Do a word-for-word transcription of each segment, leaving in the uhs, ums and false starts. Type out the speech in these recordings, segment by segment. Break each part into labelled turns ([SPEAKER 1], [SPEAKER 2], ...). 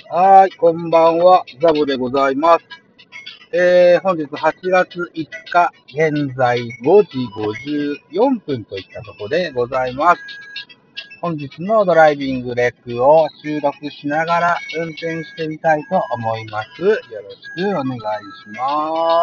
[SPEAKER 1] はーい、こんばんは、ザボでございます。えー、本日はちがついつか、現在ごじごじゅうよんぷんといったところでございます。本日のドライビングレックを収録しながら運転してみたいと思います。よろしくお願いします。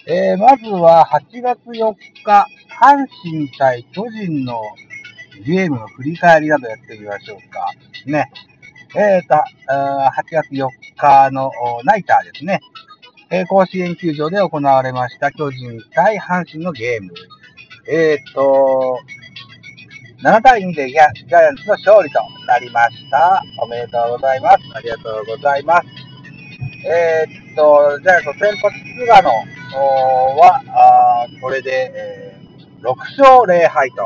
[SPEAKER 1] えー、まずははちがつよっか、阪神対巨人のゲームの振り返りなどやってみましょうか。ね。えーと、はちがつよっかのナイターですね。えー、甲子園球場で行われました巨人対阪神のゲーム。えーと、ななたいにでジャイアンツの勝利となりました。おめでとうございます。ありがとうございます。えーと、ジャイアンツの先発菅野は、あこれで、えー、ろくしょうぜろはいと。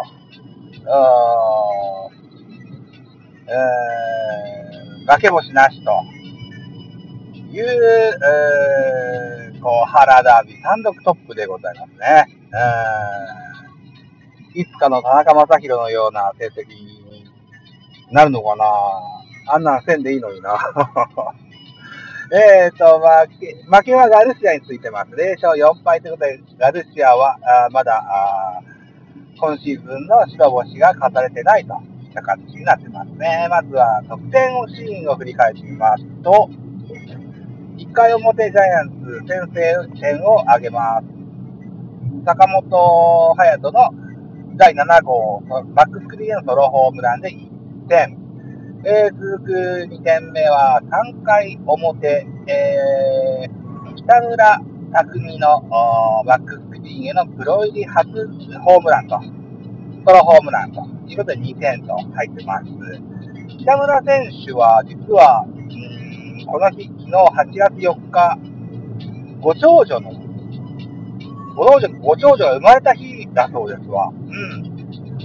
[SPEAKER 1] えー、負け星なしという、えー、こう原ダービー単独トップでございますね。いつかの田中将大のような成績になるのかな。あんなんせんでいいのにな。えっと、負け、負けはガルシアについてます。ぜろしょうよんはいということで、ガルシアはあまだあ今シーズンの白星が飾れてないといった形になってますね。まずは得点シーンを振り返ってみますと、いっかい表ジャイアンツ先制点を挙げます。坂本勇人のだいななごうバックスクリーンへのソロホームランでいってん。えー、続くにてんめはさんかい表、えー、北村匠海のバックスクリーンへのプロ入り初ホームランと、ソロホームランということでにてんと入ってます。北村選手は実は、この日、昨日はちがつよっか、ご長女の、ご長女、ご長女が生まれた日だそうですわ。うん。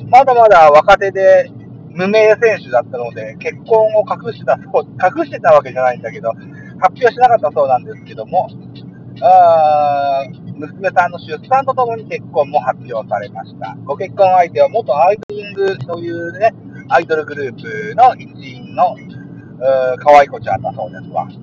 [SPEAKER 1] まだまだ若手で無名選手だったので、結婚を隠してたそう、隠してたわけじゃないんだけど、発表しなかったそうなんですけども、あ娘さんの出産とともに結婚も発表されました。ご結婚相手は元アイドリングというね、アイドルグループの一員の可愛い子ちゃんだそうですわ。うん。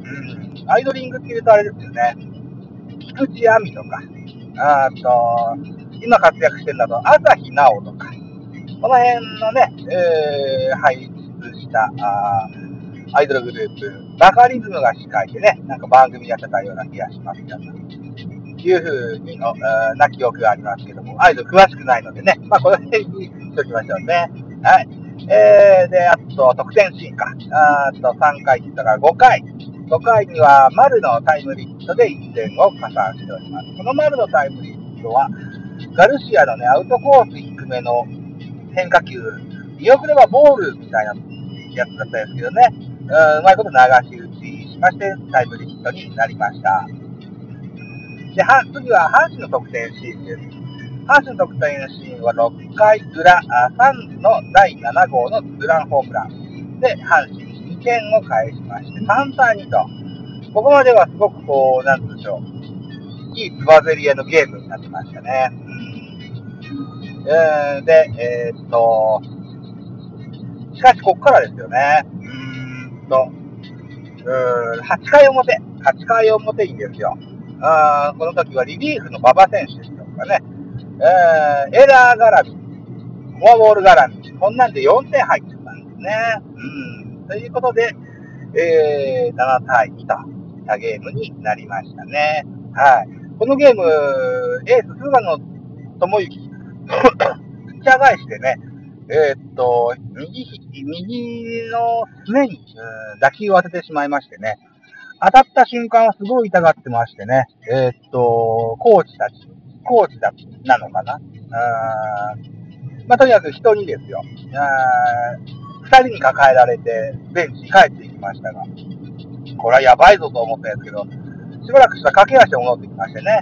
[SPEAKER 1] アイドリングって言うとあれですよね。菊池亜美とか、あと、今活躍してるんだと、朝日奈央とか、この辺のね、えー、輩出したあアイドルグループ、バカリズムが司会でね、なんか番組やってたような気がしますけど、いうふうに、な記憶がありますけども、アイドル詳しくないのでね、まあこの辺にしときましょうね。はい。えー、で、あと、得点シーンか。あと、さんかいヒットからごかい。ごかいには、丸のタイムリーヒットでいってんを加算しております。この丸のタイムリーヒットは、ガルシアのね、アウトコース低めの変化球、見送ればボールみたいなやつだったんですけどね、う, うまいこと流し打ちしまして、タイムリーヒットになりました。で、次は阪神の得点シーンです。阪神の得点シーンはろっかいうら、さんのだいななごうのツーランホームランで、阪神にてんを返しまして、さんたいにと、ここまではすごくこう、なんでしょう、いいつばぜり合いのゲームになってましたね。うん、で、えー、っと、しかしここからですよね。うーんと、うーん、はちかい表、はちかい表にですよ。あこの時はリリーフの馬場選手ですとかね、えー、エラー絡み、フォアボール絡み、こんなんでよんてん入ってたんですね。うん。ということで、えー、ななたいにといったゲームになりましたね。はい。このゲーム、エース菅野智之、ピッチャー返しでね、えー、っと、右、右のすねに、うん、打球を当ててしまいましてね、当たった瞬間はすごい痛がってましてね、えー、っと、コーチたち、コーチだ、なのかなあまあ、とにかく人にですよ、二人に抱えられて、ベンチに帰っていきましたが、これはやばいぞと思ったんですけど、しばらくしたら駆け足で戻ってきましてね、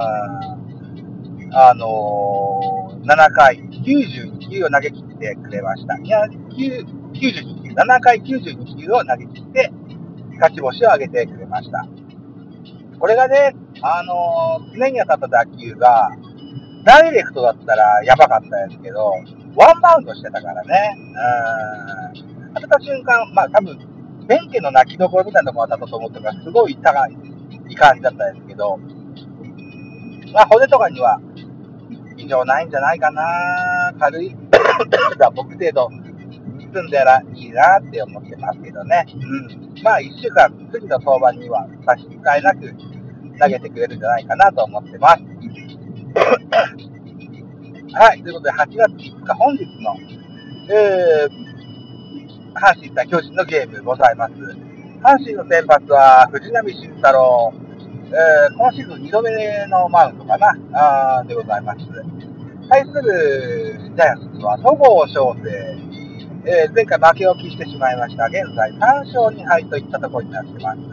[SPEAKER 1] あのー、ななかいきゅうじゅうにきゅうを投げ切ってくれました。いや、きゅうじゅうにきゅう、ななかいきゅうじゅうにきゅうを投げ切って、勝ち星を挙げてくれました。これがね、あのー、常に当たった打球が、ダイレクトだったらやばかったですけど、ワンバウンドしてたからね。うん。当たった瞬間、まあ多分、フ弁慶の泣きどころみたいなところが当たったと思ったから、すごい高い、いい感じだったんですけど、まあ、骨とかには異常ないんじゃないかな。軽い僕程度包んでらいいなって思ってますけどね。うん。まあ、いっしゅうかん、次の登板には差し支えなく投げてくれるんじゃないかなと思ってます。はい。ということで、はちがついつか、本日の、えー、阪神対巨人のゲームございます。阪神の先発は藤浪晋太郎、えー、今シーズンにどめのマウンドかな、あーでございます。対するジャイアンツは戸郷翔征、えー、前回負けを喫してしまいました。現在さんしょうにはいといったところになってます。うん。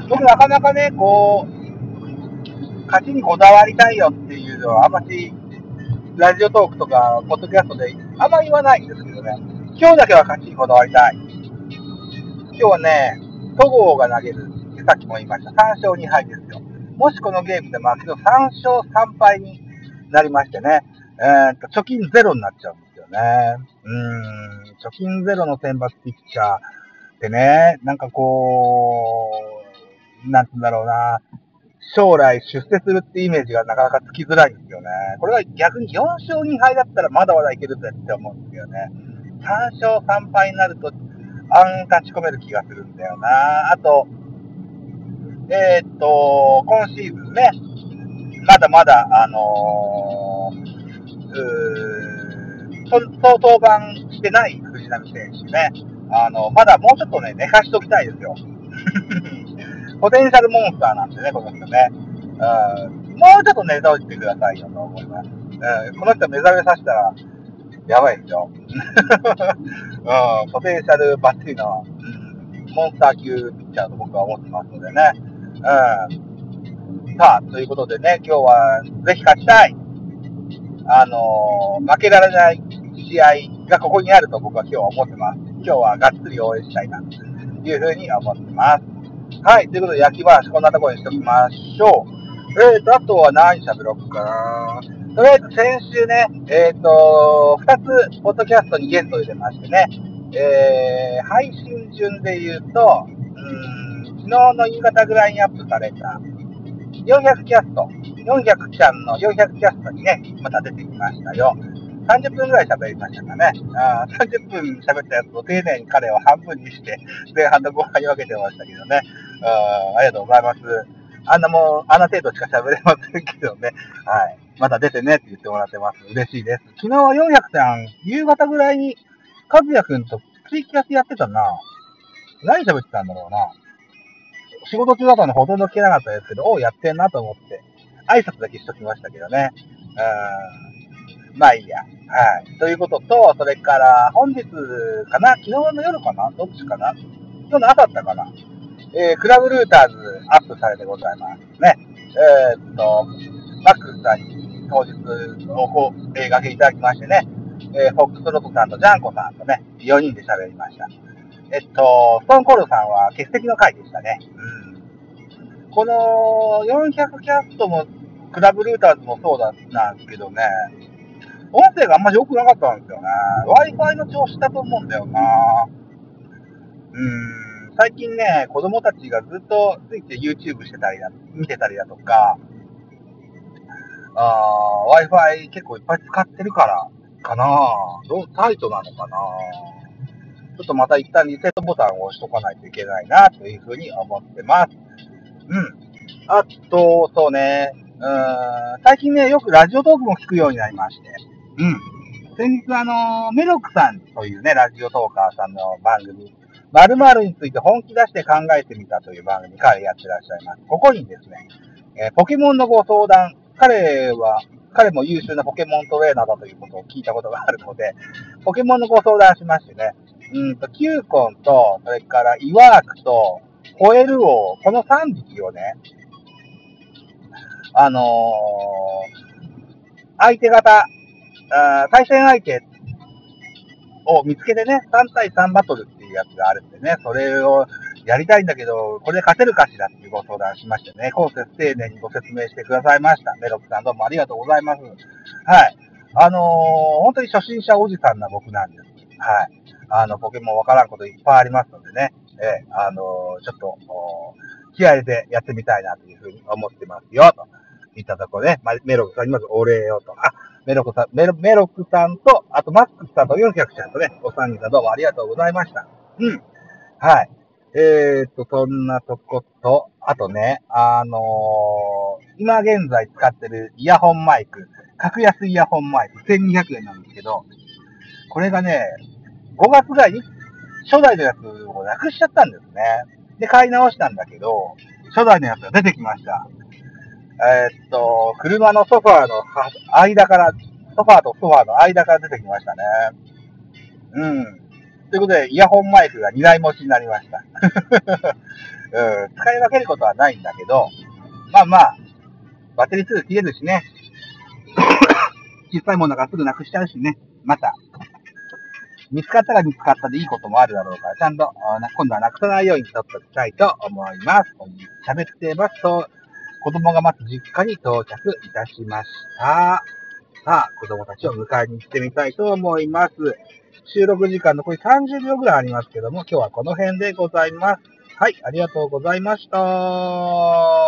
[SPEAKER 1] 僕なかなかね、こう、勝ちにこだわりたいよっていうのはあんまし、ラジオトークとか、ポッドキャストであんま言わないんですけどね。今日だけは勝ちにこだわりたい。今日はね、戸郷が投げる。さっきも言いました。さんしょうにはいですよ。もしこのゲームで負けるとさんしょうさんぱいになりましてね、えー、と貯金ゼロになっちゃうんですよね。うーん、貯金ゼロの選抜ピッチャーってね、なんかこう、なんつうんだろうな、将来出世するってイメージがなかなかつきづらいんですよね。これが逆によんしょうにはいだったらまだまだいけるぜって思うんですよね。さんしょうさんぱいになると、あん立ち込める気がするんだよな。あと、えー、っと、今シーズンね、まだまだ、あのー、うーそ、そう登板してない藤浪選手ね、あの、まだもうちょっとね、寝かしときたいですよ。ポテンシャルモンスターなんでね、この人ね。うん、もうちょっと寝といてくださいよと思います。うん、この人目覚めさせたら、やばいですよ。うん、ポテンシャルバッチリの、うん、モンスター級ピッチャーと僕は思ってますのでね。うん、さあ、ということでね、今日はぜひ勝ちたい。あのー、負けられない試合がここにあると僕は今日は思ってます。今日はがっつり応援したいな、というふうに思ってます。はい、ということで焼き話こんなところにしておきましょう。えーと、あとは何喋ろうかな。とりあえず先週ね、えーと、ふたつポッドキャストにゲストを入れましてね、えー、配信順で言うと、うーん、昨日の夕方ぐらいにアップされたよんひゃくキャスト、よんひゃくちゃんのよんひゃくキャストにね、また出てきましたよ。さんじゅっぷんぐらい喋りましたかね。あさんじゅっぷん喋ったやつを丁寧に彼を半分にして、前半と後半に分けてましたけどね。あありがとうございます。あんなもう、あんな程度しか喋れませんけどね。はい。また出てねって言ってもらってます。嬉しいです。昨日はよんひゃくちゃん、夕方ぐらいに、和也くんとツイキャスやってたな。何喋ってたんだろうな。仕事中だったのでほとんど聞けなかったですけど、おう、やってんなと思って、挨拶だけしときましたけどね。うん。まあいいや。はい。ということと、それから、本日かな昨日の夜かなどっちかな今日の朝だったかなえー、クラブルーターズアップされてございますね。えー、っと、マックスさんに当日お声掛けいただきましてね、えー、フォックスロットさんとジャンコさんとね、よにんで喋りました。えっと、ストーンコールさんは欠席の回でしたね。うん。このよんひゃくキャストも、クラブルーターズもそうだなんですけどね、音声があんまり良くなかったんですよね。Wi-Fi の調子だと思うんだよな。うん。最近ね、子供たちがずっとついて YouTube してたりだ、見てたりだとか、あ Wi-Fi 結構いっぱい使ってるからかな。どうタイトなのかな。ちょっとまた一旦リセットボタンを押しとかないといけないなというふうに思ってます。うん。あと、そうね、うーん、最近ね、よくラジオトークも聞くようになりまして。うん。先日あの、メロクさんというね、ラジオトーカーさんの番組、〇〇について本気出して考えてみたという番組、彼やってらっしゃいます。ここにですね、えーポケモンのご相談、彼は、彼も優秀なポケモントレーナーだということを聞いたことがあるので、ポケモンのご相談しましてね、うんと、キューコンと、それからイワークと、ホエル王、このさんびきをね、あのー、相手方、あー対戦相手を見つけてね、さん対さんバトルっていうやつがあるんでね、それをやりたいんだけど、これで勝てるかしらっていうご相談しましてね、後節丁寧にご説明してくださいました。メロクさんどうもありがとうございます。はい。あのー、本当に初心者おじさんな僕なんです。 はい。あの、ポケモンわからんこといっぱいありますのでね、えー、あのー、ちょっと、気合いでやってみたいなというふうに思ってますよ、といったところね、ま、メロクさんにまずお礼をと、あ、メロクさん、メロ、メロクさんと、あとマックスさんとよんひゃくちゃんとね、お三人さんどうもありがとうございました。うん。はい。えーっと、そんなとこと、あとね、あのー、今現在使ってるイヤホンマイク、格安イヤホンマイク、せんにひゃくえんなんですけど、これがね、ごがつぐらいに初代のやつをなくしちゃったんですね。で、買い直したんだけど、初代のやつが出てきました。えー、っと、車のソファーの間から、ソファーとソファーの間から出てきましたね。うん。ということで、イヤホンマイクがにだい持ちになりました。うん、使い分けることはないんだけど、まあまあ、バッテリーすぐ切れるしね。小さいものがすぐなくしちゃうしね。また、見つかったら見つかったでいいこともあるだろうから、ちゃんと、今度はなくさないように取っておきたいと思います。喋ってますと、子供が待つ実家に到着いたしました。さあ、子供たちを迎えに行ってみたいと思います。収録時間残りさんじゅうびょうぐらいありますけども、今日はこの辺でございます。はい、ありがとうございました。